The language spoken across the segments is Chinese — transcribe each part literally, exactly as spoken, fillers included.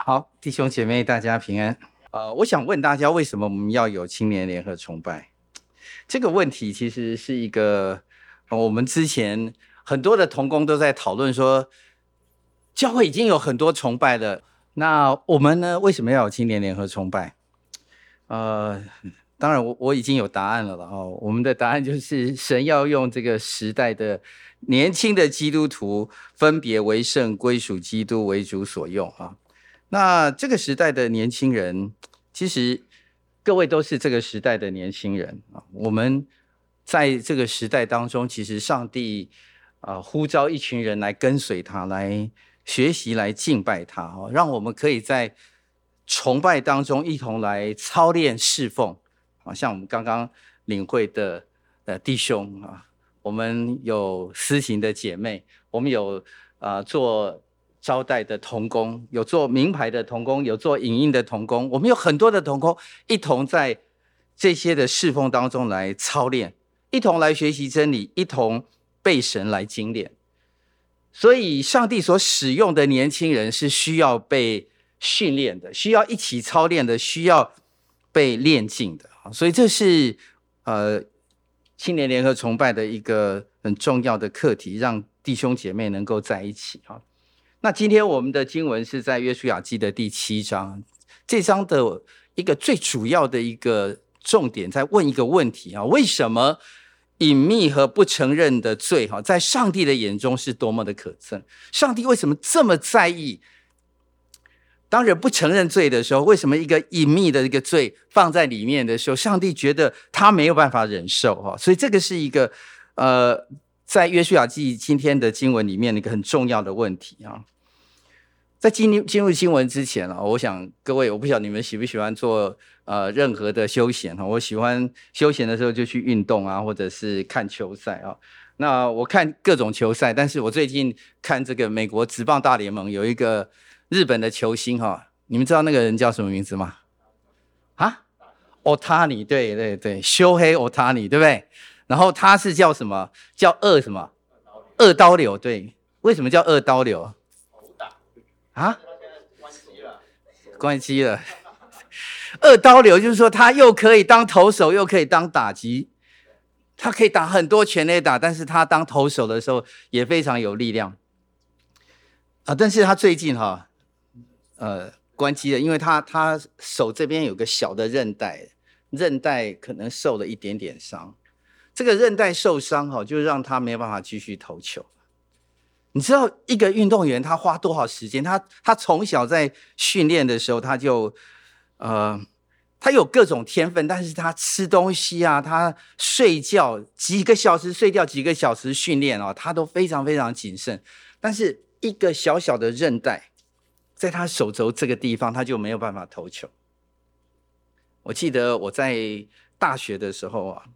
好，弟兄姐妹，大家平安。呃，我想问大家，为什么我们要有青年联合崇拜？这个问题其实是一个，呃、我们之前很多的同工都在讨论说，教会已经有很多崇拜了，那我们呢，为什么要有青年联合崇拜？呃，当然我我已经有答案了了哦。我们的答案就是神要用这个时代的年轻的基督徒分别为圣，归属基督为主所用啊。那这个时代的年轻人，其实各位都是这个时代的年轻人啊。我们在这个时代当中，其实上帝啊、呃、呼召一群人来跟随他，来学习，来敬拜他啊，让我们可以在崇拜当中一同来操练侍奉啊。像我们刚刚领会的呃弟兄啊，我们有私行的姐妹，我们有啊、呃、做招待的同工，有做名牌的同工，有做影印的同工，我们有很多的同工一同在这些的侍奉当中来操练，一同来学习真理，一同被神来精炼。所以上帝所使用的年轻人是需要被训练的，需要一起操练的，需要被练尽的。所以这是呃青年联合崇拜的一个很重要的课题，让弟兄姐妹能够在一起。那今天我们的经文是在约书亚记的第七章，这章的一个最主要的一个重点在问一个问题啊：为什么隐秘和不承认的罪在上帝的眼中是多么的可憎？上帝为什么这么在意？当人不承认罪的时候，为什么一个隐秘的一个罪放在里面的时候，上帝觉得他没有办法忍受？所以这个是一个呃，在约书亚记今天的经文里面的一个很重要的问题啊。在进入进入经文之前啊，我想各位，我不晓得你们喜不喜欢做呃任何的休闲哈。我喜欢休闲的时候就去运动啊，或者是看球赛啊。那我看各种球赛，但是我最近看这个美国职棒大联盟有一个日本的球星哈，你们知道那个人叫什么名字吗？啊，Otani，对对对，修黑 Otani， 对不对？然后他是叫什么？叫二什么？二刀流，对。为什么叫二刀流？啊，关机了。二刀流就是说他又可以当投手，又可以当打击，他可以打很多全垒打，但是他当投手的时候也非常有力量啊。但是他最近哈，呃，关机了，因为他他手这边有个小的韧带，韧带可能受了一点点伤。这个韧带受伤哈，就让他没有办法继续投球。你知道一个运动员他花多少时间？他他从小在训练的时候，他就呃，他有各种天分，但是他吃东西啊，他睡觉几个小时睡觉，几个小时训练啊，他都非常非常谨慎。但是一个小小的韧带，在他手肘这个地方，他就没有办法投球。我记得我在大学的时候啊，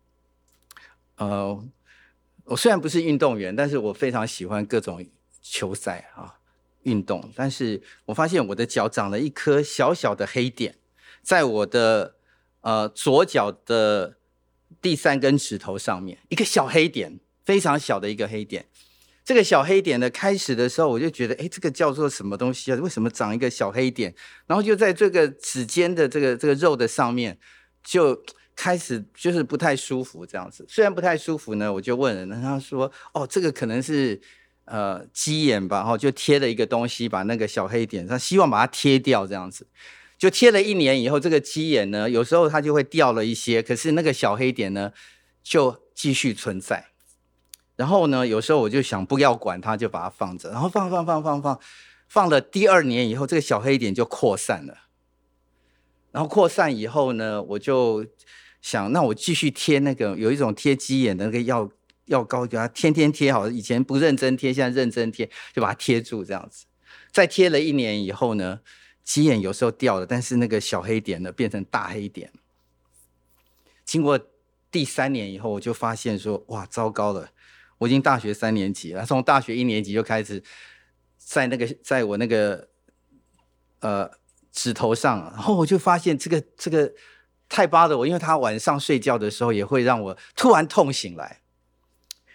呃。我虽然不是运动员，但是我非常喜欢各种球赛啊，运动。但是我发现我的脚长了一颗小小的黑点，在我的呃左脚的第三根指头上面，一个小黑点，非常小的一个黑点。这个小黑点的开始的时候，我就觉得，哎，这个叫做什么东西啊？为什么长一个小黑点？然后就在这个指尖的这个这个肉的上面，就开始就是不太舒服这样子。虽然不太舒服呢，我就问人，他说哦，这个可能是呃鸡眼吧，然后就贴了一个东西把那个小黑点，他希望把它贴掉这样子。就贴了一年以后，这个鸡眼呢有时候它就会掉了一些，可是那个小黑点呢就继续存在。然后呢有时候我就想不要管它，就把它放着，然后放放放放放放了第二年以后，这个小黑点就扩散了。然后扩散以后呢，我就想，那我继续贴那个有一种贴鸡眼的那个药药膏，给它天天贴好。以前不认真贴，现在认真贴，就把它贴住这样子。再贴了一年以后呢，鸡眼有时候掉了，但是那个小黑点呢变成大黑点。经过第三年以后，我就发现说，哇，糟糕了！我已经大学三年级了，从大学一年级就开始在那个在我那个呃指头上，然后我就发现这个这个。太巴的我，因为他晚上睡觉的时候也会让我突然痛醒来。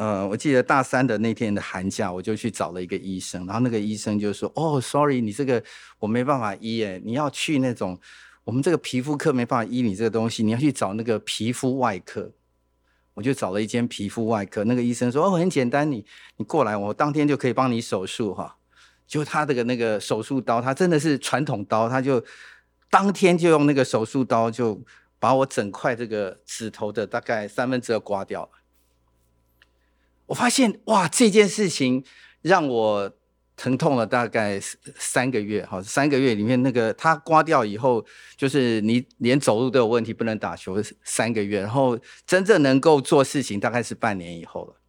呃，我记得大三的那天的寒假，我就去找了一个医生，然后那个医生就说：哦 ，sorry， 你这个我没办法医耶，你要去那种我们这个皮肤科没办法医你这个东西，你要去找那个皮肤外科。我就找了一间皮肤外科，那个医生说：哦，很简单，你你过来，我当天就可以帮你手术哈。就他这个那个手术刀，他真的是传统刀，他就当天就用那个手术刀就把我整块这个指头的大概三分之二刮掉了。我发现哇，这件事情让我疼痛了大概三个月，好，三个月里面那个他刮掉以后，就是你连走路都有问题，不能打球三个月，然后真正能够做事情大概是半年以后了。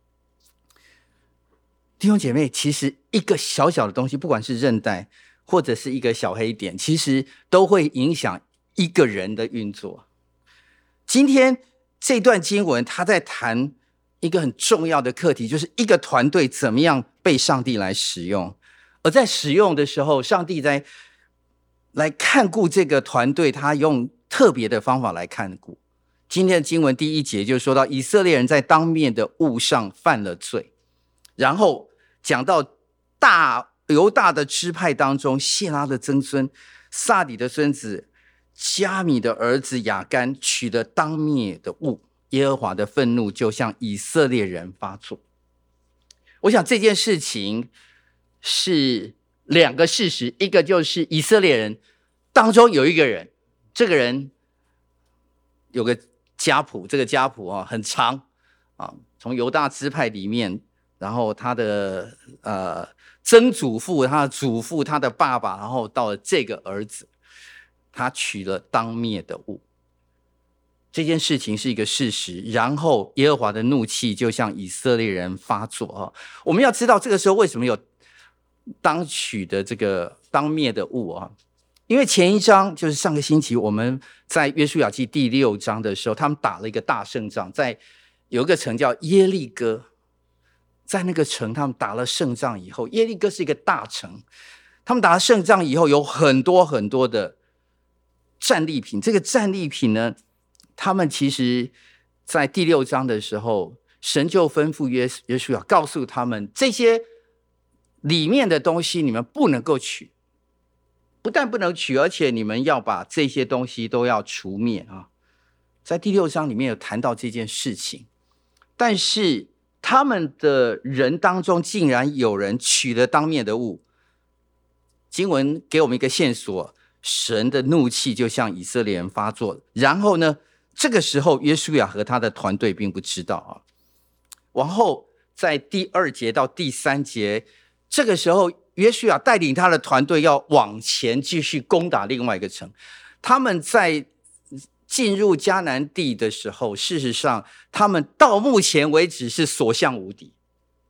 弟兄姐妹，其实一个小小的东西，不管是韧带或者是一个小黑点，其实都会影响一个人的运作。今天这段经文他在谈一个很重要的课题，就是一个团队怎么样被上帝来使用，而在使用的时候，上帝在来看顾这个团队，他用特别的方法来看顾。今天的经文第一节就说到以色列人在当面的物上犯了罪，然后讲到大犹大的支派当中，谢拉的曾孙撒底的孙子加米的儿子亚干取了当灭的物，耶和华的愤怒就向以色列人发作。我想这件事情是两个事实，一个就是以色列人当中有一个人，这个人有个家谱，这个家谱、啊、很长、啊、从犹大支派里面，然后他的呃曾祖父、他的祖父、他的爸爸，然后到了这个儿子，他取了当灭的物。这件事情是一个事实，然后耶和华的怒气就向以色列人发作、哦、我们要知道这个时候为什么有当取的这个当灭的物啊？因为前一章就是上个星期我们在约书亚记第六章的时候，他们打了一个大胜仗，在有一个城叫耶利哥，在那个城他们打了胜仗以后，耶利哥是一个大城，他们打了胜仗以后有很多很多的战利品，这个战利品呢，他们其实在第六章的时候，神就吩咐约约书亚告诉他们，这些里面的东西你们不能够取，不但不能取，而且你们要把这些东西都要除灭啊！在第六章里面有谈到这件事情，但是他们的人当中竟然有人取了当灭的物。经文给我们一个线索，神的怒气就向以色列人发作。然后呢，这个时候约书亚和他的团队并不知道啊。往后在第二节到第三节，这个时候约书亚带领他的团队要往前继续攻打另外一个城。他们在进入迦南地的时候，事实上他们到目前为止是所向无敌。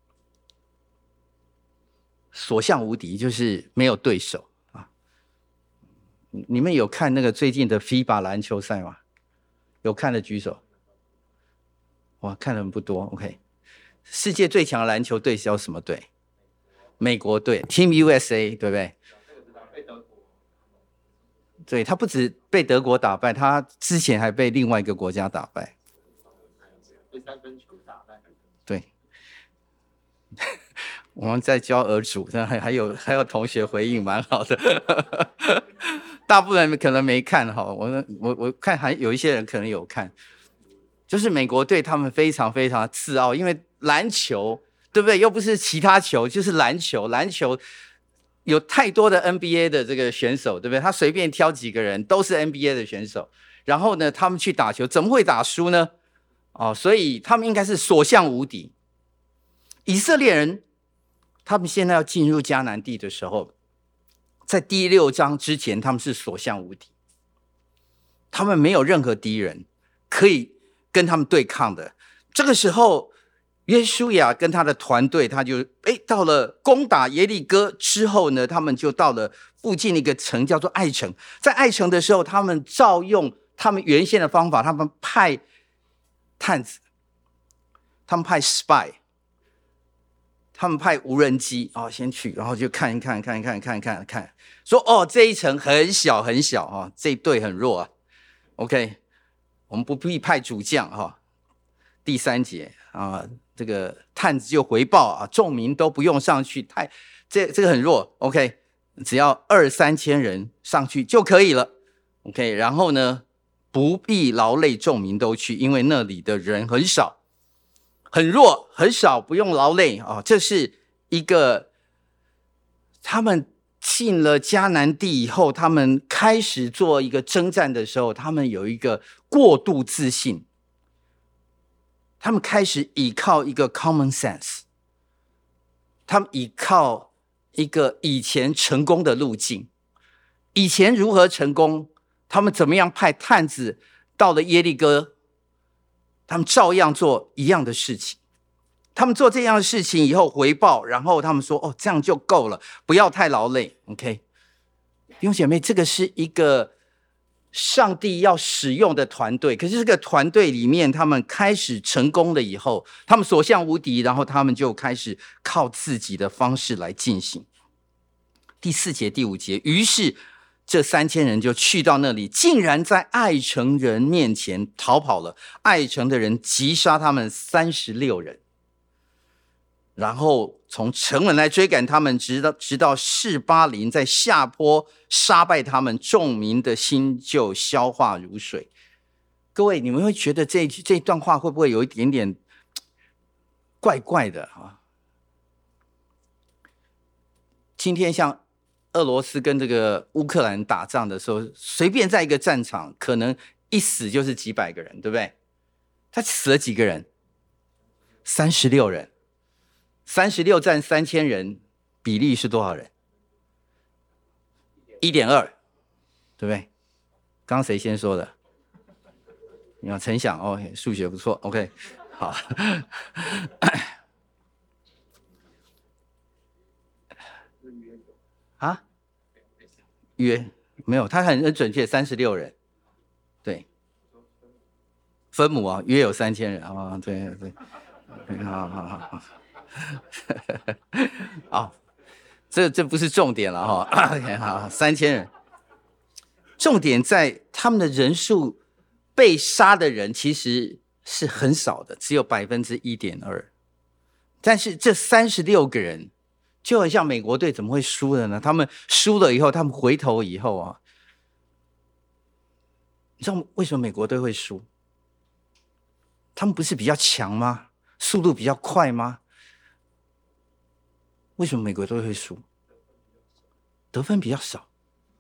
所向无敌就是没有对手啊！你们有看那个最近的 F I B A 篮球赛吗？有看的举手。哇，看的人不多。OK， 世界最强的篮球队是叫什么队？美国队 Team U S A， 对不对？对，他不止被德国打败，他之前还被另外一个国家打败。对。我们在教儿主，还还有还有同学回应蛮好的，大部分人可能没看哈，我我我看还有一些人可能有看，就是美国队他们非常非常自傲，因为篮球对不对？又不是其他球，就是篮球，篮球有太多的 N B A 的这个选手，对不对？他随便挑几个人都是 N B A 的选手，然后呢，他们去打球怎么会打输呢？哦，所以他们应该是所向无敌。以色列人他们现在要进入迦南地的时候，在第六章之前他们是所向无敌，他们没有任何敌人可以跟他们对抗的。这个时候约书亚跟他的团队他就诶到了攻打耶利哥之后呢，他们就到了附近的一个城叫做爱城。在爱城的时候，他们照用他们原先的方法，他们派探子，他们派 spy，他们派无人机、哦、先去，然后就看一看看一看看一看看，说哦这一层很小很小、哦、这一队很弱啊。OK， 我们不必派主将、哦、第三节、啊、 这个探子就回报啊，众民都不用上去，太这这个很弱 ，OK， 只要二三千人上去就可以了 ，OK， 然后呢，不必劳累众民都去，因为那里的人很少，很弱，很少，不用劳累啊，这是一个他们进了迦南地以后，他们开始做一个征战的时候，他们有一个过度自信。他们开始依靠一个 common sense， 他们依靠一个以前成功的路径。以前如何成功？他们怎么样派探子到了耶利哥，他们照样做一样的事情。他们做这样的事情以后回报，然后他们说：“哦，这样就够了，不要太劳累。” OK， 弟兄姐妹，这个是一个上帝要使用的团队，可是这个团队里面，他们开始成功了以后，他们所向无敌，然后他们就开始靠自己的方式来进行。第四节、第五节，于是这三千人就去到那里，竟然在爱城人面前逃跑了。爱城的人击杀他们三十六人，然后从城门来追赶他们，直到直到示巴林，在下坡杀败他们，众民的心就消化如水。各位，你们会觉得这这段话会不会有一点点怪怪的啊？今天像俄罗斯跟这个乌克兰打仗的时候，随便在一个战场，可能一死就是几百个人，对不对？他死了几个人？三十六人。三十六占三千人，比例是多少人？ 一点二， 对不对？刚刚谁先说的？你看陈想哦，数学不错 ，OK， 好。啊？约没有，他很准确，三十六人。对，分母啊，约有三千人啊、哦，对对，好好好好。好，这这不是重点了哈。OK， 好，三千人，重点在他们的人数，被杀的人其实是很少的，只有百分之一点二。但是这三十六个人，就很像美国队怎么会输了呢？他们输了以后，他们回头以后啊，你知道为什么美国队会输？他们不是比较强吗？速度比较快吗？为什么美国队会输？得分比较少，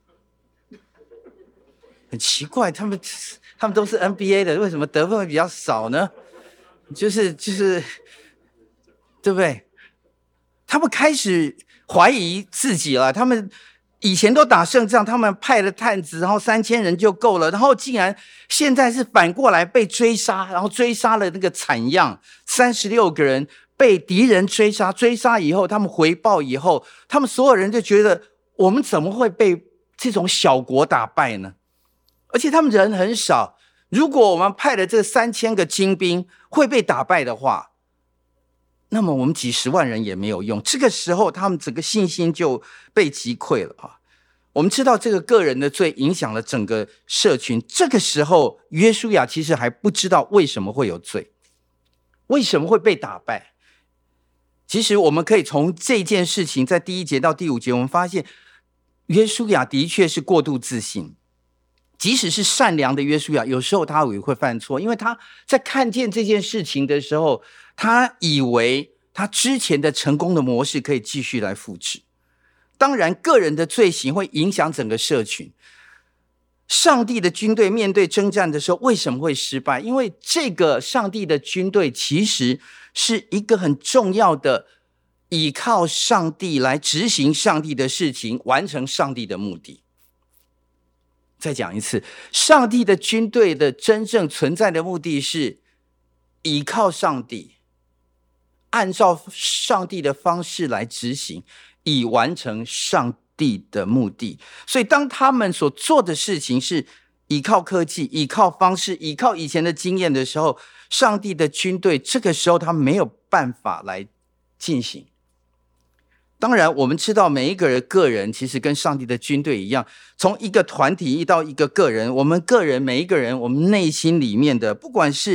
很奇怪，他们他们都是 N B A 的，为什么得分会比较少呢？就是就是，对不对？他们开始怀疑自己了。他们以前都打胜仗，他们派了探子，然后三千人就够了，然后竟然现在是反过来被追杀，然后追杀了那个惨样，三十六个人。被敌人追杀，追杀以后，他们回报以后，他们所有人就觉得，我们怎么会被这种小国打败呢？而且他们人很少，如果我们派了这三千个精兵会被打败的话，那么我们几十万人也没有用。这个时候，他们整个信心就被击溃了啊！我们知道这个个人的罪影响了整个社群。这个时候，约书亚其实还不知道为什么会有罪，为什么会被打败。其实我们可以从这件事情，在第一节到第五节，我们发现约书亚的确是过度自信。即使是善良的约书亚，有时候他也会犯错，因为他在看见这件事情的时候，他以为他之前的成功的模式可以继续来复制。当然，个人的罪行会影响整个社群。上帝的军队面对征战的时候，为什么会失败？因为这个上帝的军队其实是一个很重要的，依靠上帝来执行上帝的事情，完成上帝的目的。再讲一次，上帝的军队的真正存在的目的是依靠上帝，按照上帝的方式来执行，以完成上帝的目的。所以当他们所做的事情是依靠科技、依靠方式、依靠以前的经验的时候，上帝的军队这个时候他没有办法来进行。当然我们知道每一个人个人其实跟上帝的军队一样，从一个团体到一个个人，我们个人每一个人，我们内心里面的不管是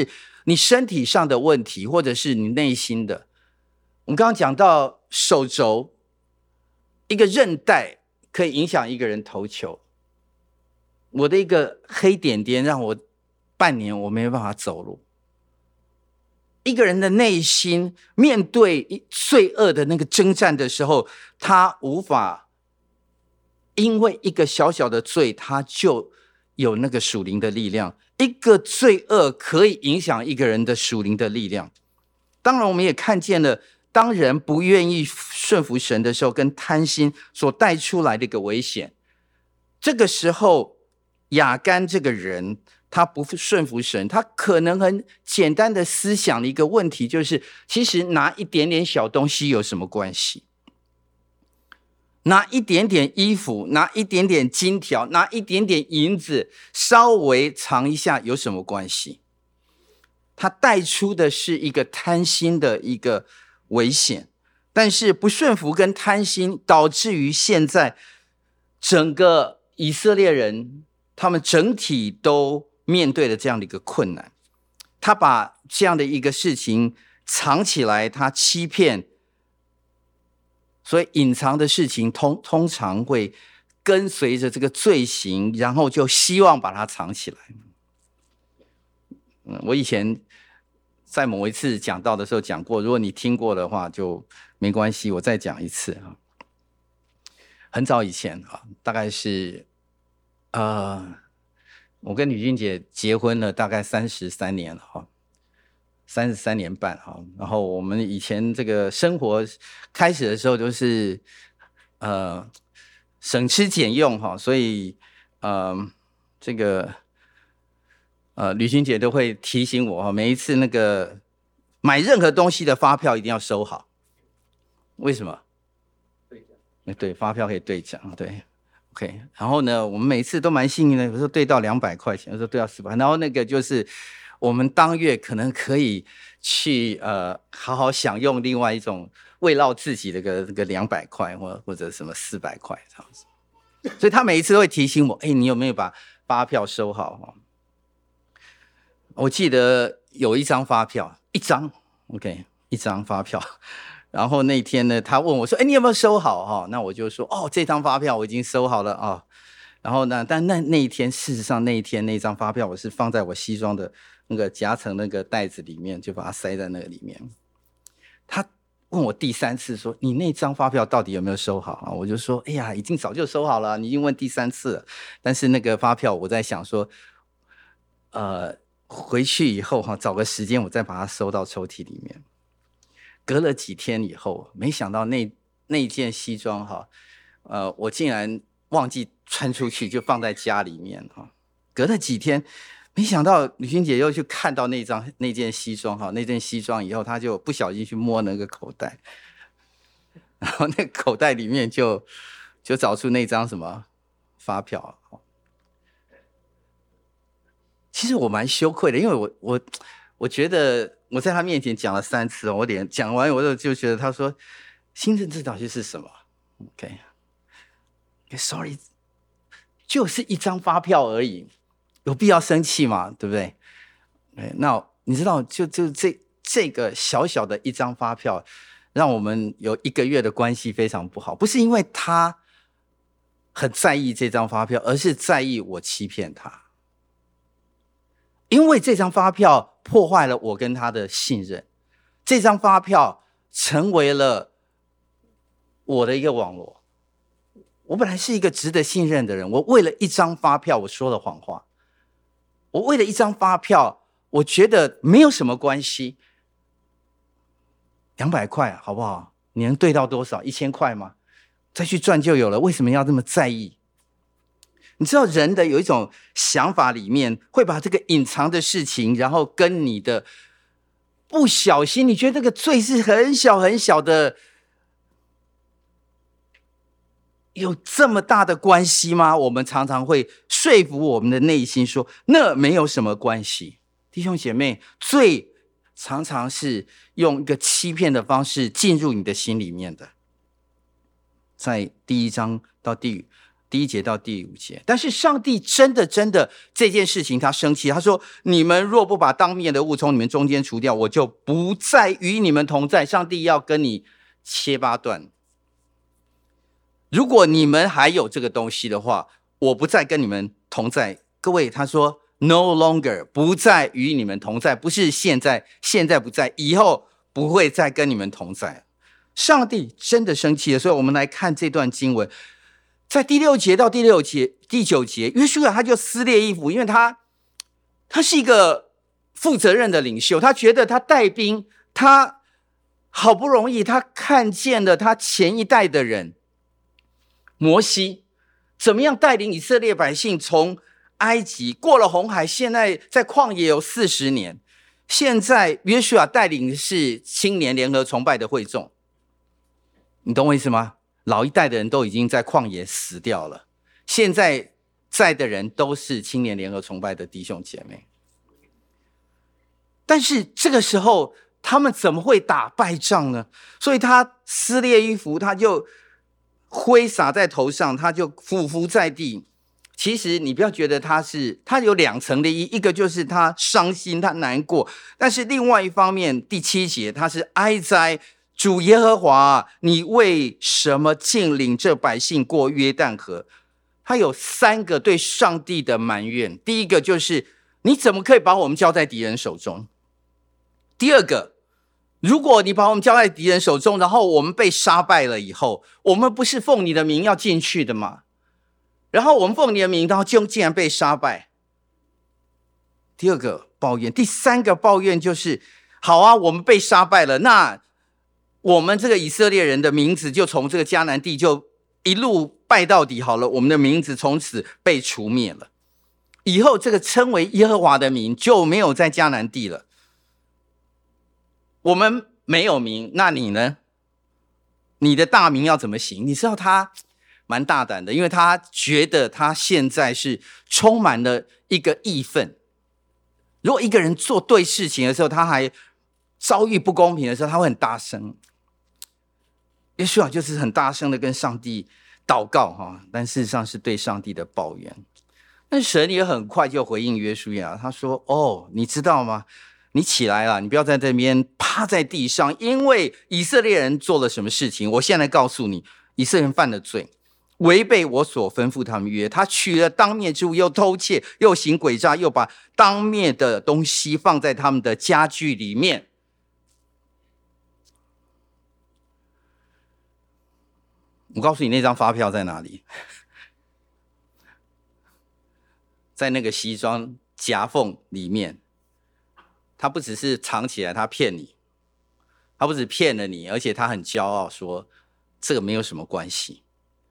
你身体上的问题，或者是你内心的。我们刚刚讲到手肘，一个韧带可以影响一个人投球。我的一个黑点点让我半年我没有办法走路。一个人的内心面对罪恶的那个征战的时候，他无法因为一个小小的罪，他就有那个属灵的力量。一个罪恶可以影响一个人的属灵的力量。当然我们也看见了，当人不愿意顺服神的时候，跟贪心所带出来的一个危险。这个时候亚干这个人，他不顺服神，他可能很简单的思想的一个问题就是，其实拿一点点小东西有什么关系？拿一点点衣服，拿一点点金条，拿一点点银子，稍微藏一下有什么关系？他带出的是一个贪心的一个危险，但是不顺服跟贪心导致于现在整个以色列人，他们整体都面对了这样的一个困难。他把这样的一个事情藏起来，他欺骗，所以隐藏的事情通通常会跟随着这个罪行，然后就希望把它藏起来。嗯，我以前在某一次讲道的时候讲过，如果你听过的话就没关系，我再讲一次啊。很早以前啊，大概是呃，我跟吕君姐结婚了大概三十三年了哈。三十三年半哈，然后我们以前这个生活开始的时候都是呃省吃俭用哈，所以呃这个呃吕君姐都会提醒我哈，每一次那个买任何东西的发票一定要收好。为什么？对账。对，发票可以对账，对。OK， 然后呢，我们每次都蛮幸运的，有时候对到两百块钱，有时候对到四百，然后那个就是我们当月可能可以去呃好好享用另外一种慰劳自己的个个两百块或或者什么四百块这样子。所以他每一次都会提醒我，哎，你有没有把发票收好？我记得有一张发票，一张 ，OK， 一张发票。然后那天呢，他问我说：“哎，你有没有收好？”哈，那我就说：“哦，这张发票我已经收好了啊。哦”然后呢，但那那一天，事实上那一天那张发票我是放在我西装的那个夹层那个袋子里面，就把它塞在那个里面。他问我第三次说：“你那张发票到底有没有收好？”啊，我就说：“哎呀，已经早就收好了，你已经问第三次了。”但是那个发票，我在想说，呃，回去以后哈，找个时间我再把它收到抽屉里面。隔了几天以后，没想到那那件西装哈，呃，我竟然忘记穿出去，就放在家里面哈。隔了几天，没想到吕君姐又去看到那张那件西装哈，那件西装以后，她就不小心去摸那个口袋，然后那口袋里面就就找出那张什么发票。其实我蛮羞愧的，因为我我我觉得。我在他面前讲了三次，我连讲完我就觉得他说新政治导戏是什么 ？OK， Sorry， 就是一张发票而已，有必要生气吗？对不对？那你知道，就就这这个小小的一张发票，让我们有一个月的关系非常不好，不是因为他很在意这张发票，而是在意我欺骗他。因为这张发票破坏了我跟他的信任，这张发票成为了我的一个网络。我本来是一个值得信任的人，我为了一张发票我说了谎话，我为了一张发票我觉得没有什么关系，两百块好不好？你能兑到多少？一千块吗？再去赚就有了，为什么要这么在意？你知道人的有一种想法里面会把这个隐藏的事情，然后跟你的不小心，你觉得这个罪是很小很小的，有这么大的关系吗？我们常常会说服我们的内心说那没有什么关系。弟兄姐妹，罪常常是用一个欺骗的方式进入你的心里面的。在第一章到第第一节到第五节。但是上帝真的真的这件事情他生气，他说你们若不把当灭的物从你们中间除掉，我就不再与你们同在。上帝要跟你切八段，如果你们还有这个东西的话，我不再跟你们同在。各位，他说 no longer 不再与你们同在，不是现在，现在不在，以后不会再跟你们同在。上帝真的生气了。所以我们来看这段经文，在第六节到第六节第九节，约书亚他就撕裂衣服，因为他他是一个负责任的领袖，他觉得他带兵，他好不容易他看见了他前一代的人摩西怎么样带领以色列百姓从埃及过了红海，现在在旷野有四十年。现在约书亚带领的是青年联合崇拜的会众，你懂我意思吗？老一代的人都已经在旷野死掉了，现在在的人都是青年联合崇拜的弟兄姐妹。但是这个时候他们怎么会打败仗呢？所以他撕裂衣服，他就灰洒在头上，他就俯伏在地。其实你不要觉得他是，他有两层的意义，一个就是他伤心，他难过，但是另外一方面，第七节他是哀哉，主耶和华，你为什么竟领这百姓过约旦河？他有三个对上帝的埋怨。第一个就是你怎么可以把我们交在敌人手中？第二个，如果你把我们交在敌人手中，然后我们被杀败了以后，我们不是奉你的名要进去的吗？然后我们奉你的名，然后就竟然被杀败。第二个抱怨。第三个抱怨就是，好啊，我们被杀败了，那我们这个以色列人的名字就从这个迦南地就一路败到底好了，我们的名字从此被除灭了，以后这个称为耶和华的名就没有在迦南地了。我们没有名，那你呢？你的大名要怎么行？你知道他蛮大胆的，因为他觉得他现在是充满了一个义愤。如果一个人做对事情的时候，他还遭遇不公平的时候，他会很大声。约书亚就是很大声的跟上帝祷告，但事实上是对上帝的抱怨。但神也很快就回应约书亚，他说：哦，你知道吗？你起来了，你不要在这边趴在地上，因为以色列人做了什么事情。我现在告诉你，以色列人犯了罪，违背我所吩咐他们约，他取了当灭之物，又偷窃，又行诡诈，又把当灭的东西放在他们的家具里面。我告诉你，那张发票在哪里？在那个西装夹缝里面。他不只是藏起来，他骗你，他不止骗了你，而且他很骄傲说这个没有什么关系。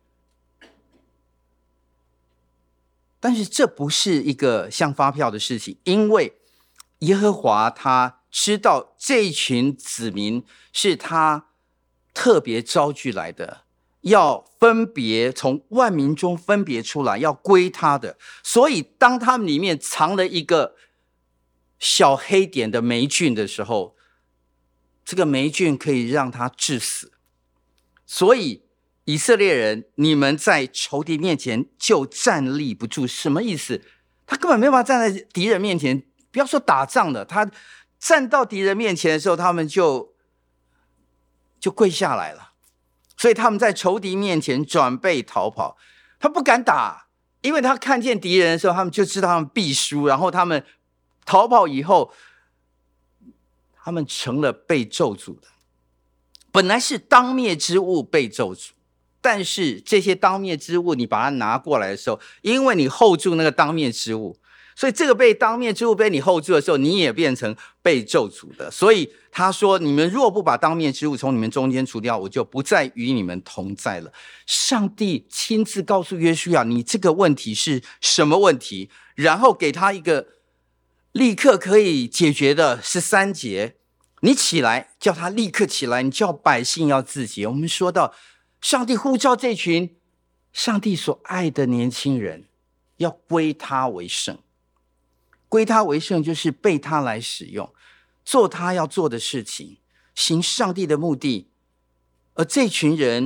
但是这不是一个像发票的事情，因为耶和华他知道这一群子民是他特别招聚来的，要分别从万民中分别出来，要归他的。所以当他们里面藏了一个小黑点的霉菌的时候，这个霉菌可以让他致死。所以以色列人，你们在仇敌面前就站立不住。什么意思？他根本没有办法站在敌人面前，不要说打仗了，他站到敌人面前的时候，他们就就跪下来了。所以他们在仇敌面前转背逃跑，他不敢打，因为他看见敌人的时候，他们就知道他们必输，然后他们逃跑以后，他们成了被咒诅的。本来是当灭之物被咒诅，但是这些当灭之物你把它拿过来的时候，因为你 hold 住那个当灭之物，所以这个被当灭之物被你 hold 住的时候，你也变成被咒诅的。所以他说，你们若不把当灭之物从你们中间除掉，我就不再与你们同在了。上帝亲自告诉约书亚，你这个问题是什么问题，然后给他一个立刻可以解决的十三节，你起来，叫他立刻起来，你叫百姓要自洁。我们说到上帝呼召这群上帝所爱的年轻人要归他为圣，归他为圣就是被他来使用，做他要做的事情，行上帝的目的。而这群人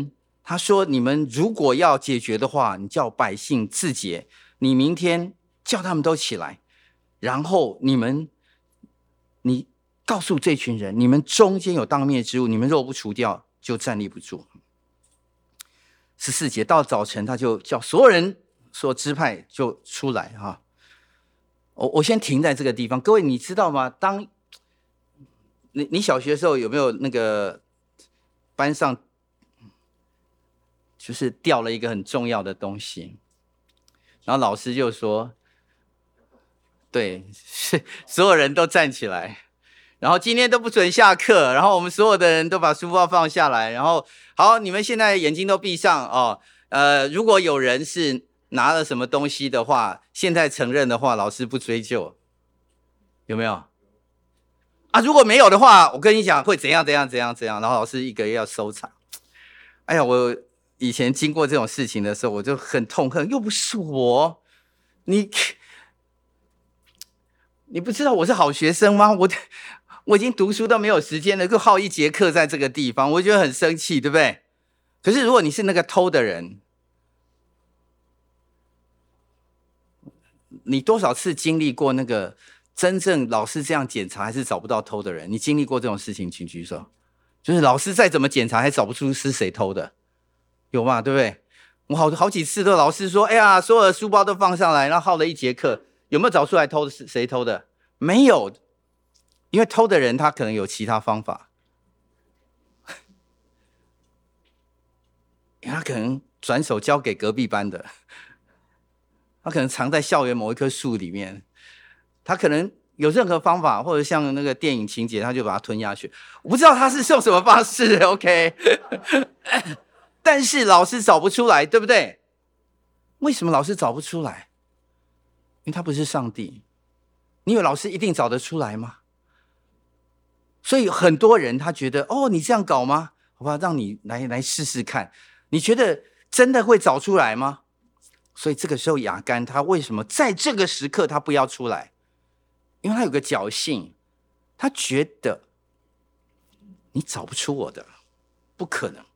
他说：“你们如果要解决的话，你叫百姓自洁，你明天叫他们都起来，然后你们，你告诉这群人，你们中间有当灭之物，你们若不除掉，就站立不住。”十四节到早晨，他就叫所有人，所有支派就出来哈。我我先停在这个地方，各位你知道吗？当你你小学的时候有没有那个班上？就是掉了一个很重要的东西，然后老师就说：“对，所有人都站起来，然后今天都不准下课，然后我们所有的人都把书包放下来，然后好，你们现在眼睛都闭上哦。呃，如果有人是拿了什么东西的话，现在承认的话，老师不追究，有没有？啊，如果没有的话，我跟你讲会怎样怎样怎样怎样，然后老师一个要收场。哎呀，我。”以前经过这种事情的时候，我就很痛恨，又不是我，你你不知道我是好学生吗？我我已经读书都没有时间了，就耗一节课在这个地方，我觉得很生气，对不对？可是如果你是那个偷的人，你多少次经历过那个真正老师这样检查还是找不到偷的人？你经历过这种事情，请举手。就是老师再怎么检查，还找不出是谁偷的。有嘛，对不对？我好好几次都老师说，哎呀，所有的书包都放上来，然后耗了一节课，有没有找出来偷的是谁偷的？没有，因为偷的人他可能有其他方法，他可能转手交给隔壁班的，他可能藏在校园某一棵树里面，他可能有任何方法，或者像那个电影情节，他就把它吞下去。我不知道他是用什么方式 ，OK。但是老师找不出来，对不对？为什么老师找不出来？因为他不是上帝。你以为老师一定找得出来吗？所以很多人他觉得，哦，你这样搞吗？好吧，让你来来试试看。你觉得真的会找出来吗？所以这个时候亚干他为什么在这个时刻他不要出来？因为他有个侥幸，他觉得你找不出我的，不可能。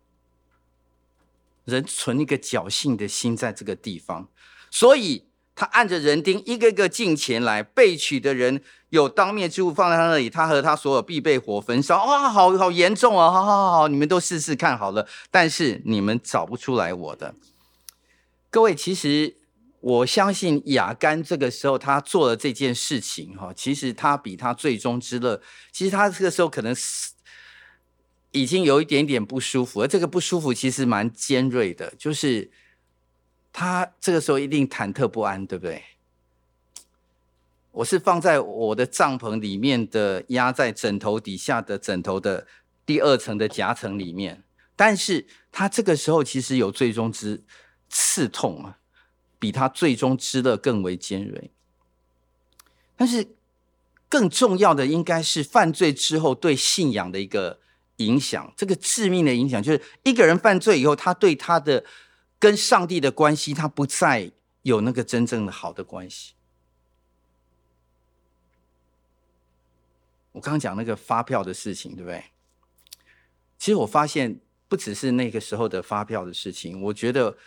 人存一个侥幸的心在这个地方，所以他按着人丁一个个进前来，被取的人有当灭之物放在他那里，他和他所有必被火焚烧。哇，好好严重啊！好好好，你们都试试看好了，但是你们找不出来我的。各位，其实我相信亚干这个时候他做了这件事情，其实他比他最终之乐，其实他这个时候可能是已经有一点点不舒服，而这个不舒服其实蛮尖锐的，就是他这个时候一定忐忑不安，对不对？我是放在我的帐篷里面的，压在枕头底下的枕头的第二层的夹层里面，但是他这个时候其实有最终之刺痛啊，比他最终之乐更为尖锐。但是更重要的应该是犯罪之后对信仰的一个影响，这个致命的影响就是一个人犯罪以后，他对他的跟上帝的关系，他不再有那个真正的好的关系。我刚刚讲那个发票的事情，对不对？其实我发现不只是那个时候的发票的事情，我觉得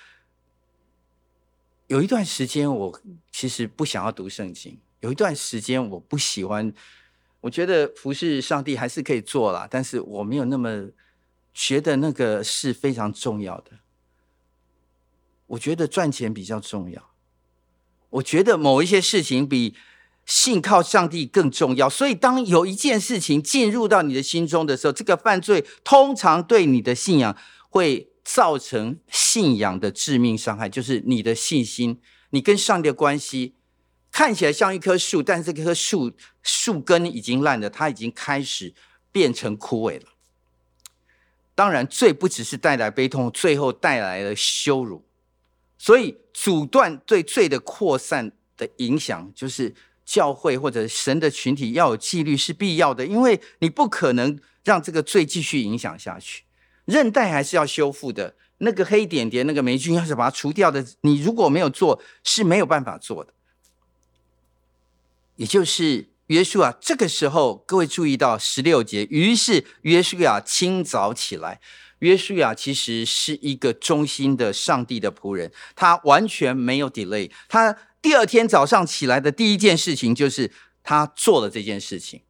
有一段时间我其实不想要读圣经，有一段时间我不喜欢，我觉得服侍上帝还是可以做啦，但是我没有那么觉得那个是非常重要的。我觉得赚钱比较重要，我觉得某一些事情比信靠上帝更重要。所以当有一件事情进入到你的心中的时候，这个犯罪通常对你的信仰会造成信仰的致命伤害，就是你的信心，你跟上帝的关系看起来像一棵树，但是这棵树树根已经烂了，它已经开始变成枯萎了。当然罪不只是带来悲痛，最后带来了羞辱。所以阻断对罪的扩散的影响，就是教会或者神的群体要有纪律是必要的，因为你不可能让这个罪继续影响下去。韧带还是要修复的，那个黑点点那个霉菌要是把它除掉的，你如果没有做是没有办法做的。也就是约书亚这个时候，各位注意到十六节，于是约书亚清早起来， 约书亚其实是一个忠心的上帝的仆人，他完全没有 delay。他第二天早上起来的第一件事情就是他做了这件事情。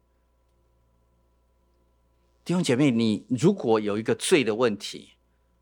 弟兄姐妹，你如果有一个罪的问题，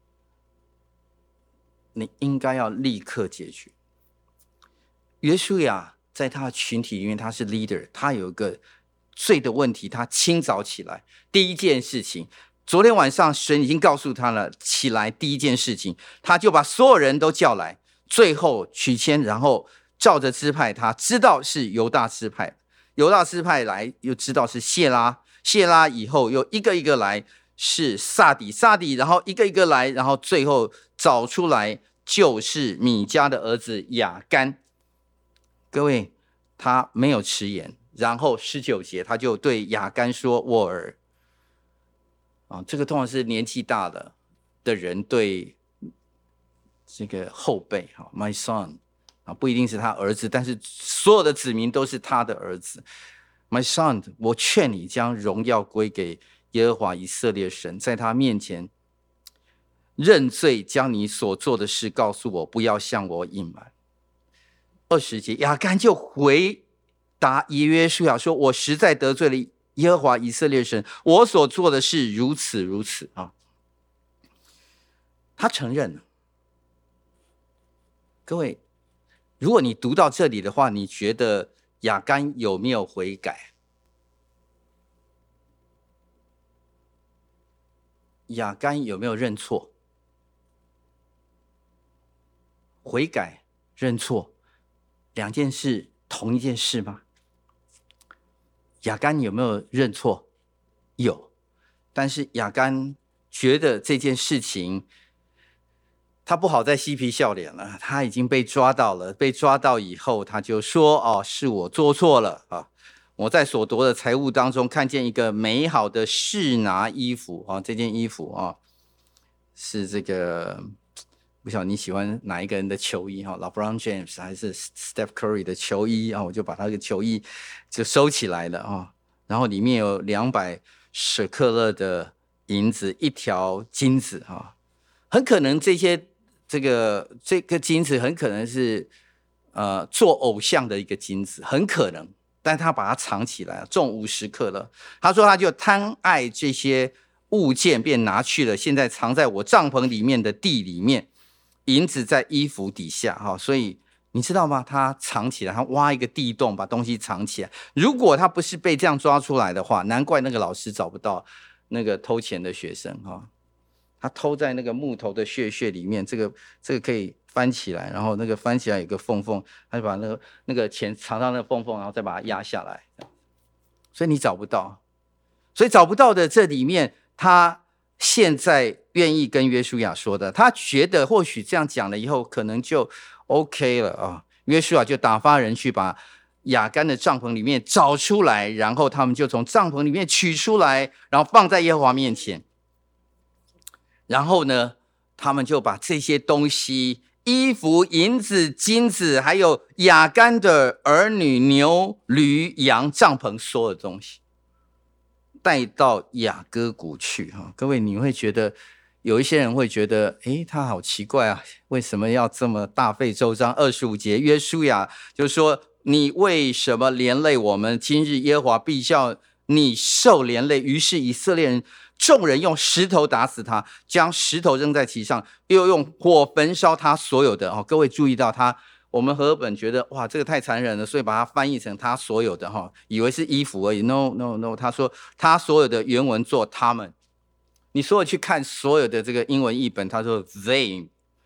你应该要立刻解决。约书亚在他的群体里面，他是 leader， 他有一个罪的问题，他清早起来，第一件事情，昨天晚上神已经告诉他了，起来第一件事情，他就把所有人都叫来，最后取签，然后照着支派，他知道是犹大支派，犹大支派来又知道是谢拉，谢拉以后又一个一个来是撒底，撒底然后一个一个来，然后最后找出来就是米迦的儿子亚干。各位，他没有迟延，然后十九节他就对亚干说：“沃尔。”啊，这个通常是年纪大了的人对这个后辈，哈 ，my son 啊，不一定是他儿子，但是所有的子民都是他的儿子。My son， 我劝你将荣耀归给耶和华以色列神，在他面前认罪，将你所做的事告诉我，不要向我隐瞒。二十节，亚干就回答约书亚说：“我实在得罪了耶和华以色列神，我所做的事如此如此啊。”他承认了。各位，如果你读到这里的话，你觉得亚干有没有悔改？亚干有没有认错？悔改、认错，两件事同一件事吗？亚干有没有认错？有，但是亚干觉得这件事情他不好再嬉皮笑脸了，他已经被抓到了，被抓到以后他就说：“哦，是我做错了啊！我在所夺的财物当中看见一个美好的示拿衣服啊，这件衣服啊是这个。”不晓得你喜欢哪一个人的球衣哈 ，LeBron James 还是 Steph Curry 的球衣啊？我就把他的球衣就收起来了啊。然后里面有两百舍克勒的银子，一条金子啊。很可能这些这个这个金子很可能是呃做偶像的一个金子，很可能，但他把它藏起来，重五十克勒。他说他就贪爱这些物件，便拿去了，现在藏在我帐篷里面的地里面。银子在衣服底下，所以你知道吗？他藏起来，他挖一个地洞把东西藏起来。如果他不是被这样抓出来的话，难怪那个老师找不到那个偷钱的学生。他偷在那个木头的穴穴里面，这个这个可以翻起来，然后那个翻起来有个缝缝，他就把那个那个钱藏到那个缝缝，然后再把它压下来。所以你找不到，所以找不到的这里面，他现在愿意跟约书亚说的，他觉得或许这样讲了以后，可能就 OK 了啊。约书亚就打发人去把亚干的帐篷里面找出来，然后他们就从帐篷里面取出来，然后放在耶和华面前。然后呢，他们就把这些东西，衣服、银子、金子，还有亚干的儿女、牛、驴、羊、帐篷，所有的东西带到雅各谷去。各位，你会觉得有一些人会觉得，诶，他好奇怪啊，为什么要这么大费周章？二十五节，约书亚就说：“你为什么连累我们？今日耶和华必叫你受连累。”于是以色列人众人用石头打死他，将石头扔在其上，又用火焚烧他所有的。各位注意到他。我们和本觉得哇，这个太残忍了，所以把它翻译成他所有的哈，以为是衣服而已。No No No， 他说他所有的原文做他们。你所有去看所有的这个英文译本，他说 them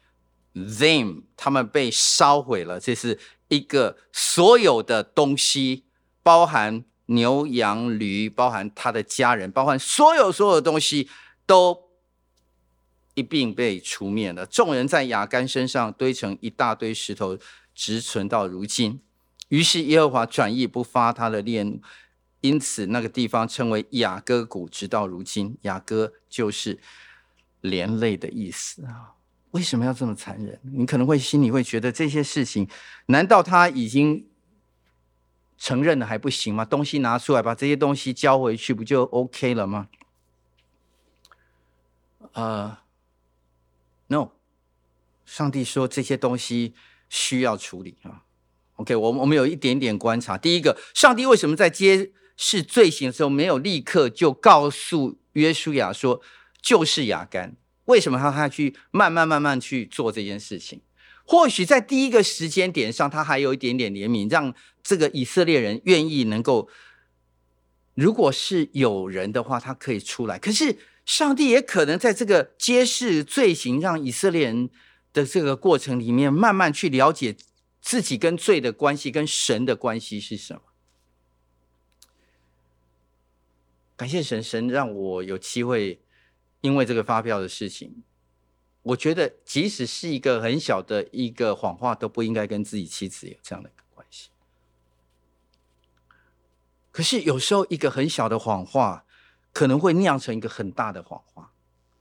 them， 他们被烧毁了。这是一个所有的东西，包含牛羊驴，包含他的家人，包含所有所有的东西都一并被除灭了。众人在亚干身上堆成一大堆石头，直存到如今。于是耶和华转意不发他的烈怒，因此那个地方称为雅各谷，直到如今。雅各就是连累的意思啊。为什么要这么残忍？你可能会心里会觉得这些事情，难道他已经承认了还不行吗？东西拿出来，把这些东西交回去，不就 OK 了吗？ 呃 ，no， 上帝说这些东西需要处理啊。OK， 我们我们有一点点观察。第一个，上帝为什么在揭示罪行的时候没有立刻就告诉约书亚说就是亚干？为什么他他去慢慢慢慢去做这件事情？或许在第一个时间点上，他还有一点点怜悯，让这个以色列人愿意能够，如果是有人的话，他可以出来。可是上帝也可能在这个揭示罪行，让以色列人的这个过程里面，慢慢去了解自己跟罪的关系，跟神的关系是什么。感谢神，神让我有机会，因为这个发票的事情，我觉得即使是一个很小的一个谎话，都不应该跟自己妻子有这样的一个关系。可是有时候一个很小的谎话，可能会酿成一个很大的谎话。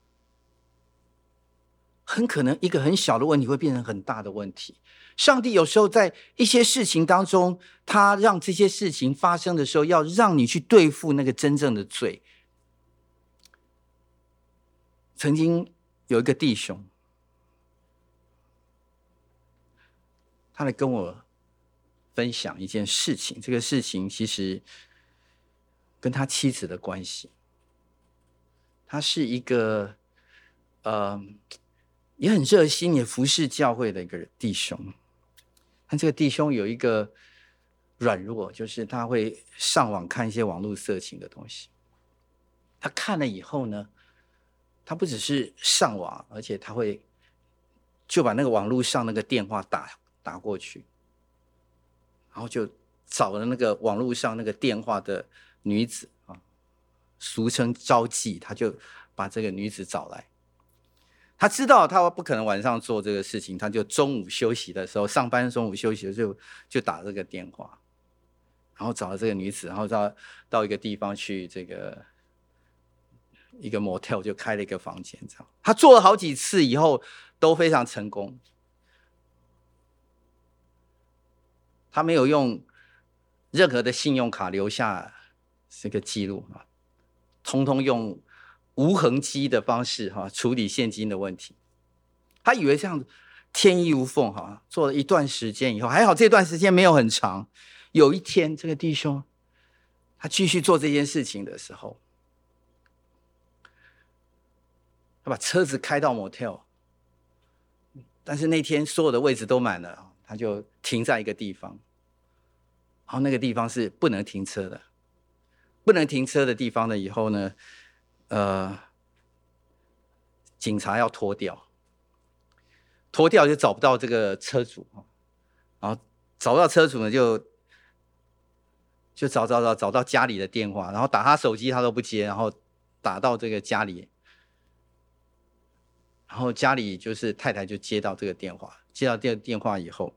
很可能一个很小的问题会变成很大的问题。上帝有时候在一些事情当中，他让这些事情发生的时候，要让你去对付那个真正的罪。曾经有一个弟兄，他来跟我分享一件事情，这个事情其实跟他妻子的关系。他是一个呃也很热心也服侍教会的一个弟兄。但这个弟兄有一个软弱，就是他会上网看一些网络色情的东西。他看了以后呢，他不只是上网，而且他会就把那个网络上那个电话打打过去，然后就找了那个网络上那个电话的女子啊，俗称招妓，他就把这个女子找来。他知道他不可能晚上做这个事情，他就中午休息的时候，上班中午休息的时候 就, 就打这个电话，然后找了这个女子，然后到到一个地方去，这个一个 motel 就开了一个房间，这样他做了好几次以后都非常成功。他没有用任何的信用卡留下这个记录，通通用无痕迹的方式哈处理现金的问题。他以为这样天衣无缝哈，做了一段时间以后，还好这段时间没有很长。有一天，这个弟兄他继续做这件事情的时候，他把车子开到 motel， 但是那天所有的位置都满了，他就停在一个地方，然后那个地方是不能停车的。不能停车的地方呢，以后呢，呃，警察要拖掉，拖掉就找不到这个车主，然后找不到车主呢，就就找找找找到家里的电话，然后打他手机他都不接，然后打到这个家里，然后家里就是太太就接到这个电话，接到这个电话以后，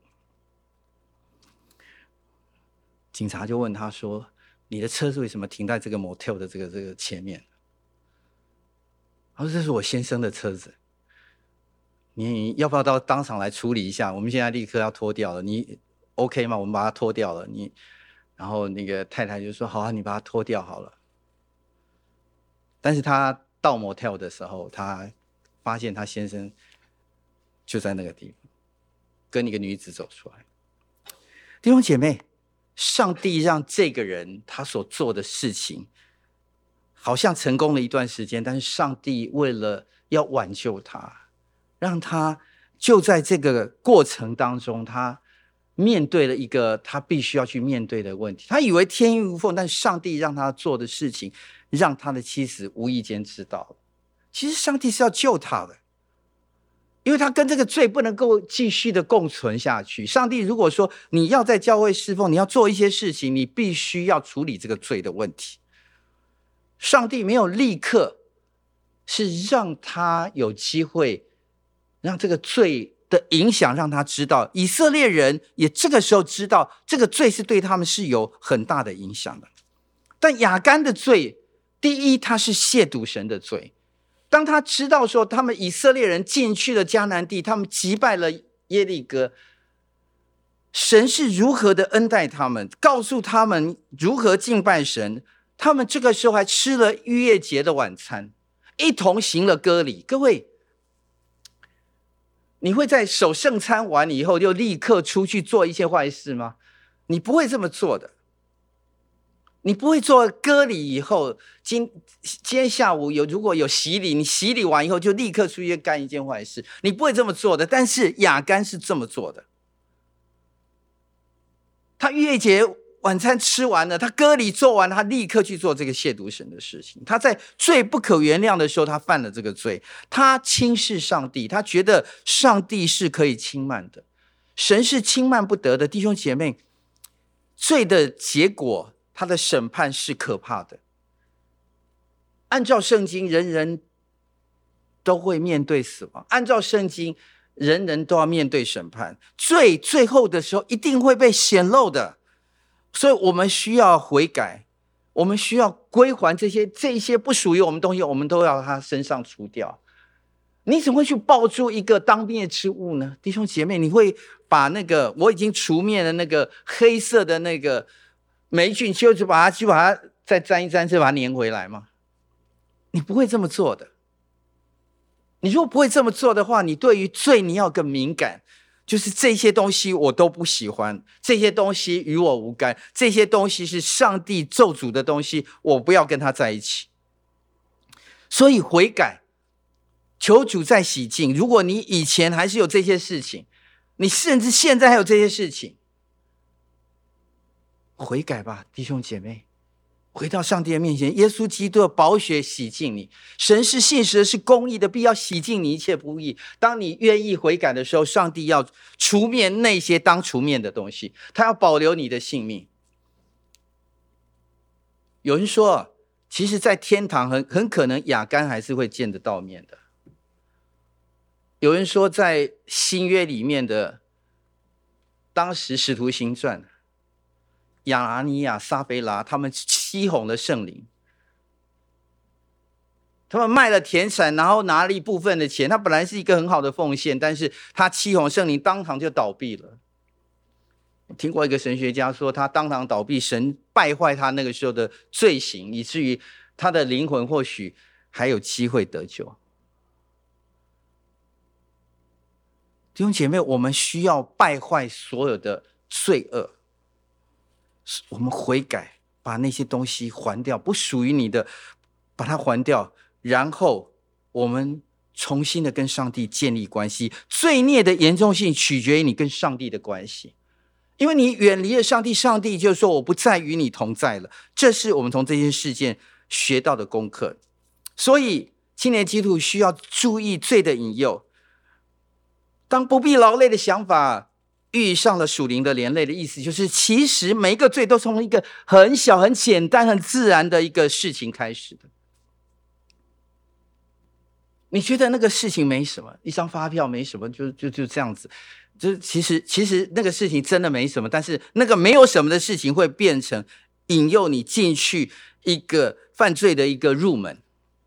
警察就问他说：“你的车是为什么停在这个 motel 的这个这个前面？”他说：“这是我先生的车子，你要不要到当场来处理一下？我们现在立刻要拖掉了，你 OK 吗？我们把它拖掉了。你，然后那个太太就说：好啊，你把它拖掉好了。但是他到 motel 的时候，他发现他先生就在那个地方，跟一个女子走出来。弟兄姐妹，上帝让这个人他所做的事情，好像成功了一段时间，但是上帝为了要挽救他，让他就在这个过程当中，他面对了一个他必须要去面对的问题。他以为天衣无缝，但是上帝让他做的事情，让他的妻子无意间知道了。其实上帝是要救他的，因为他跟这个罪不能够继续的共存下去。上帝如果说你要在教会侍奉，你要做一些事情，你必须要处理这个罪的问题。上帝没有立刻是让他有机会让这个罪的影响让他知道，以色列人也这个时候知道这个罪是对他们是有很大的影响的。但亚干的罪，第一，他是亵渎神的罪。当他知道说他们以色列人进去了迦南地，他们击败了耶利哥，神是如何的恩待他们，告诉他们如何敬拜神，他们这个时候还吃了逾越节的晚餐。 一同行了割礼。各位，你会在守圣餐完以后就立刻出去做一些坏事吗？你不会这么做的。你不会做割礼以后，今今天下午有如果有洗礼，你洗礼完以后就立刻出去干一件坏事，你不会这么做的。但是亚干是这么做的，他逾越节晚餐吃完了，他割礼做完，他立刻去做这个亵渎神的事情。他在罪不可原谅的时候，他犯了这个罪，他轻视上帝，他觉得上帝是可以轻慢的，神是轻慢不得的。弟兄姐妹，罪的结果，他的审判是可怕的。按照圣经，人人都会面对死亡，按照圣经，人人都要面对审判。罪最后的时候一定会被显露的，所以我们需要悔改，我们需要归还这些这些不属于我们东西，我们都要他身上除掉。你怎么会去抱住一个当灭之物呢？弟兄姐妹，你会把那个我已经除灭的那个黑色的那个霉菌，就就把它就把它再沾一沾，再把它粘回来吗？你不会这么做的。你如果不会这么做的话，你对于罪你要更敏感，就是这些东西我都不喜欢，这些东西与我无干，这些东西是上帝咒诅的东西，我不要跟他在一起。所以悔改，求主再洗净。如果你以前还是有这些事情，你甚至现在还有这些事情，悔改吧，弟兄姐妹，回到上帝的面前，耶稣基督的宝血洗净你。神是信实的，是公义的，必要洗净你一切不义。当你愿意悔改的时候，上帝要除灭那些当除灭的东西，他要保留你的性命。有人说，其实在天堂 很, 很可能亚干还是会见得到面的。有人说，在新约里面的当时使徒行传，亚拿尼亚、撒非拉他们欺哄了圣灵，他们卖了田产，然后拿了一部分的钱。他本来是一个很好的奉献，但是他欺哄圣灵，当场就倒闭了。我听过一个神学家说，他当场倒闭，神败坏他那个时候的罪行，以至于他的灵魂或许还有机会得救。弟兄姐妹，我们需要败坏所有的罪恶，我们悔改，把那些东西还掉，不属于你的，把它还掉，然后我们重新的跟上帝建立关系。罪孽的严重性取决于你跟上帝的关系，因为你远离了上帝，上帝就说我不再与你同在了。这是我们从这些事件学到的功课。所以青年基督徒需要注意罪的引诱。当不必劳累的想法遇上了属灵的连累的意思，就是其实每一个罪都从一个很小很简单很自然的一个事情开始的。你觉得那个事情没什么，一张发票没什么，就就就这样子，就其实其实那个事情真的没什么，但是那个没有什么的事情会变成引诱你进去一个犯罪的一个入门。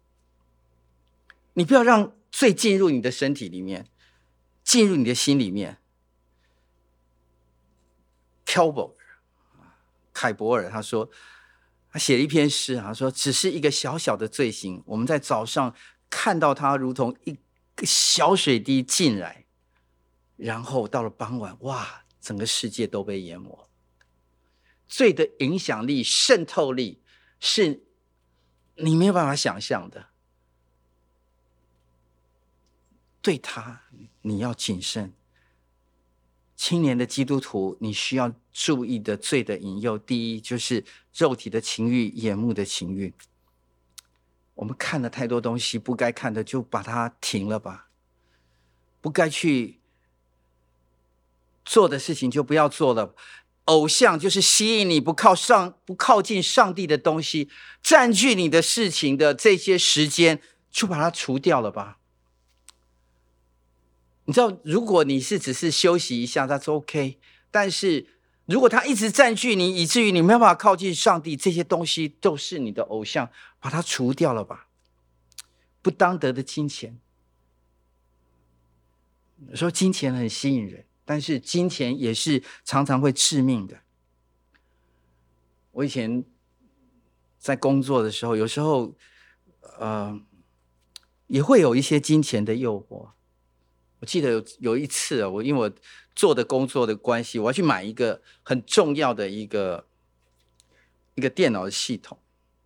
你不要让罪进入你的身体里面，进入你的心里面。Kelber 凯伯尔他说，他写了一篇诗，他说只是一个小小的罪行，我们在早上看到它如同一个小水滴进来，然后到了傍晚，哇，整个世界都被淹没。罪的影响力、渗透力是你没有办法想象的。对他你要谨慎。青年的基督徒，你需要注意的罪的引诱，第一就是肉体的情欲、眼目的情欲。我们看了太多东西，不该看的就把它停了吧，不该去做的事情就不要做了。偶像就是吸引你不靠上不靠近上帝的东西，占据你的事情的这些时间，就把它除掉了吧。你知道，如果你是只是休息一下，那是 OK。但是如果它一直占据你，以至于你没有办法靠近上帝，这些东西都是你的偶像，把它除掉了吧。不当得的金钱，有时候金钱很吸引人，但是金钱也是常常会致命的。我以前在工作的时候，有时候，呃。 也会有一些金钱的诱惑。我记得有有一次啊，我因为我做的工作的关系，我要去买一个很重要的一个一个电脑的系统，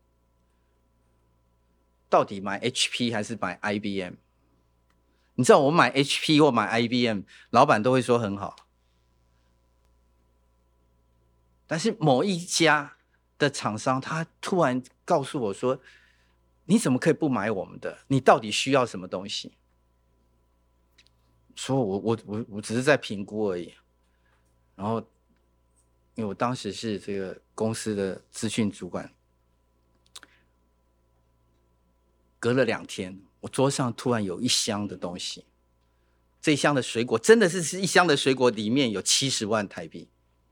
到底买 H P 还是买 I B M？ 你知道我买 H P 或买 I B M， 老板都会说很好，但是某一家的厂商他突然告诉我说，你怎么可以不买我们的？你到底需要什么东西？说我我我我只是在评估而已。然后，因为我当时是这个公司的资讯主管，隔了两天，我桌上突然有一箱的东西，这一箱的水果真的是是一箱的水果，里面有七十万台币。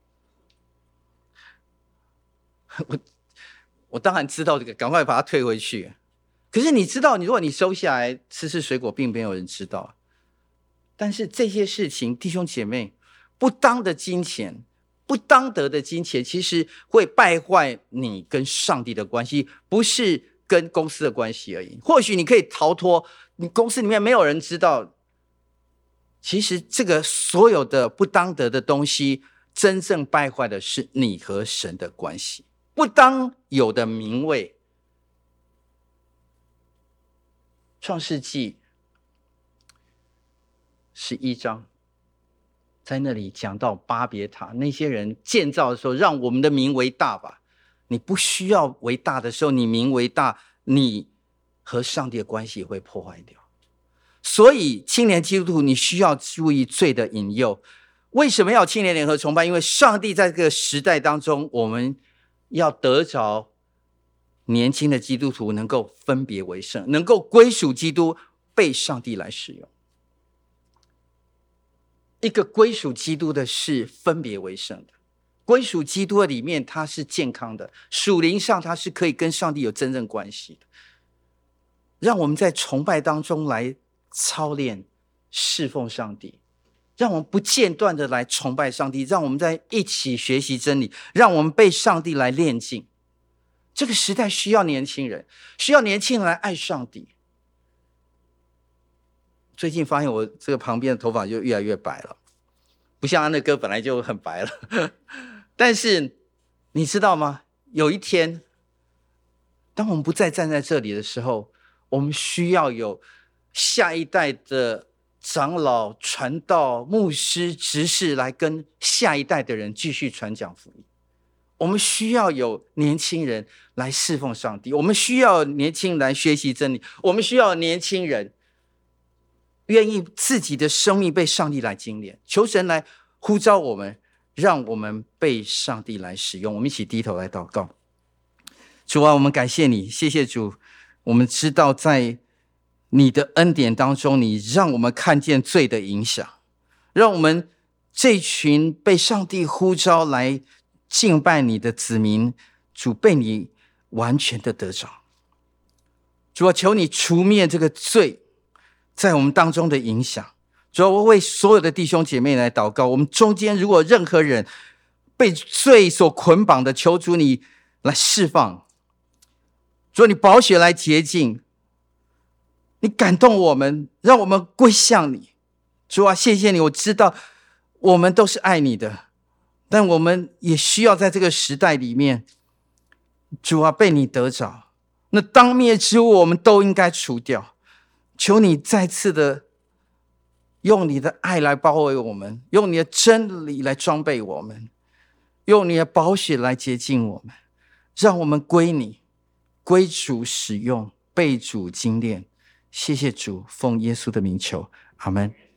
我我当然知道这个，赶快把它退回去。可是你知道，你如果你收下来吃吃水果，并没有人知道。但是这些事情，弟兄姐妹，不当的金钱，不当得的金钱，其实会败坏你跟上帝的关系，不是跟公司的关系而已。或许你可以逃脱，你公司里面没有人知道，其实这个所有的不当得的东西，真正败坏的是你和神的关系。不当有的名位，创世纪十一章，在那里讲到巴别塔，那些人建造的时候，让我们的名为大吧。你不需要为大的时候，你名为大，你和上帝的关系也会破坏掉。所以青年基督徒，你需要注意罪的引诱。为什么要青年联合崇拜？因为上帝在这个时代当中，我们要得着年轻的基督徒能够分别为圣，能够归属基督，被上帝来使用。一个归属基督的是分别为圣的，归属基督的里面，它是健康的，属灵上它是可以跟上帝有真正关系的。让我们在崇拜当中来操练侍奉上帝，让我们不间断的来崇拜上帝，让我们在一起学习真理，让我们被上帝来炼净。这个时代需要年轻人，需要年轻人来爱上帝。最近发现我这个旁边的头发就越来越白了，不像安乐哥本来就很白了。但是你知道吗？有一天，当我们不再站在这里的时候，我们需要有下一代的长老、传道、牧师、执事来跟下一代的人继续传讲福音。我们需要有年轻人来侍奉上帝，我们需要年轻人来学习真理，我们需要年轻人愿意自己的生命被上帝来精炼，求神来呼召我们，让我们被上帝来使用。我们一起低头来祷告。主啊，我们感谢你，谢谢主，我们知道在你的恩典当中，你让我们看见罪的影响，让我们这群被上帝呼召来敬拜你的子民，主被你完全的得着。主啊，求你除灭这个罪在我们当中的影响。主啊，我为所有的弟兄姐妹来祷告，我们中间如果任何人被罪所捆绑的，求主你来释放。主啊，你宝血来洁净，你感动我们，让我们归向你。主啊，谢谢你，我知道我们都是爱你的，但我们也需要在这个时代里面，主啊，被你得着。那当灭之物我们都应该除掉。求你再次的用你的爱来包围我们，用你的真理来装备我们，用你的宝血来洁净我们，让我们归你，归主使用，被主精炼。谢谢主，奉耶稣的名求，阿们。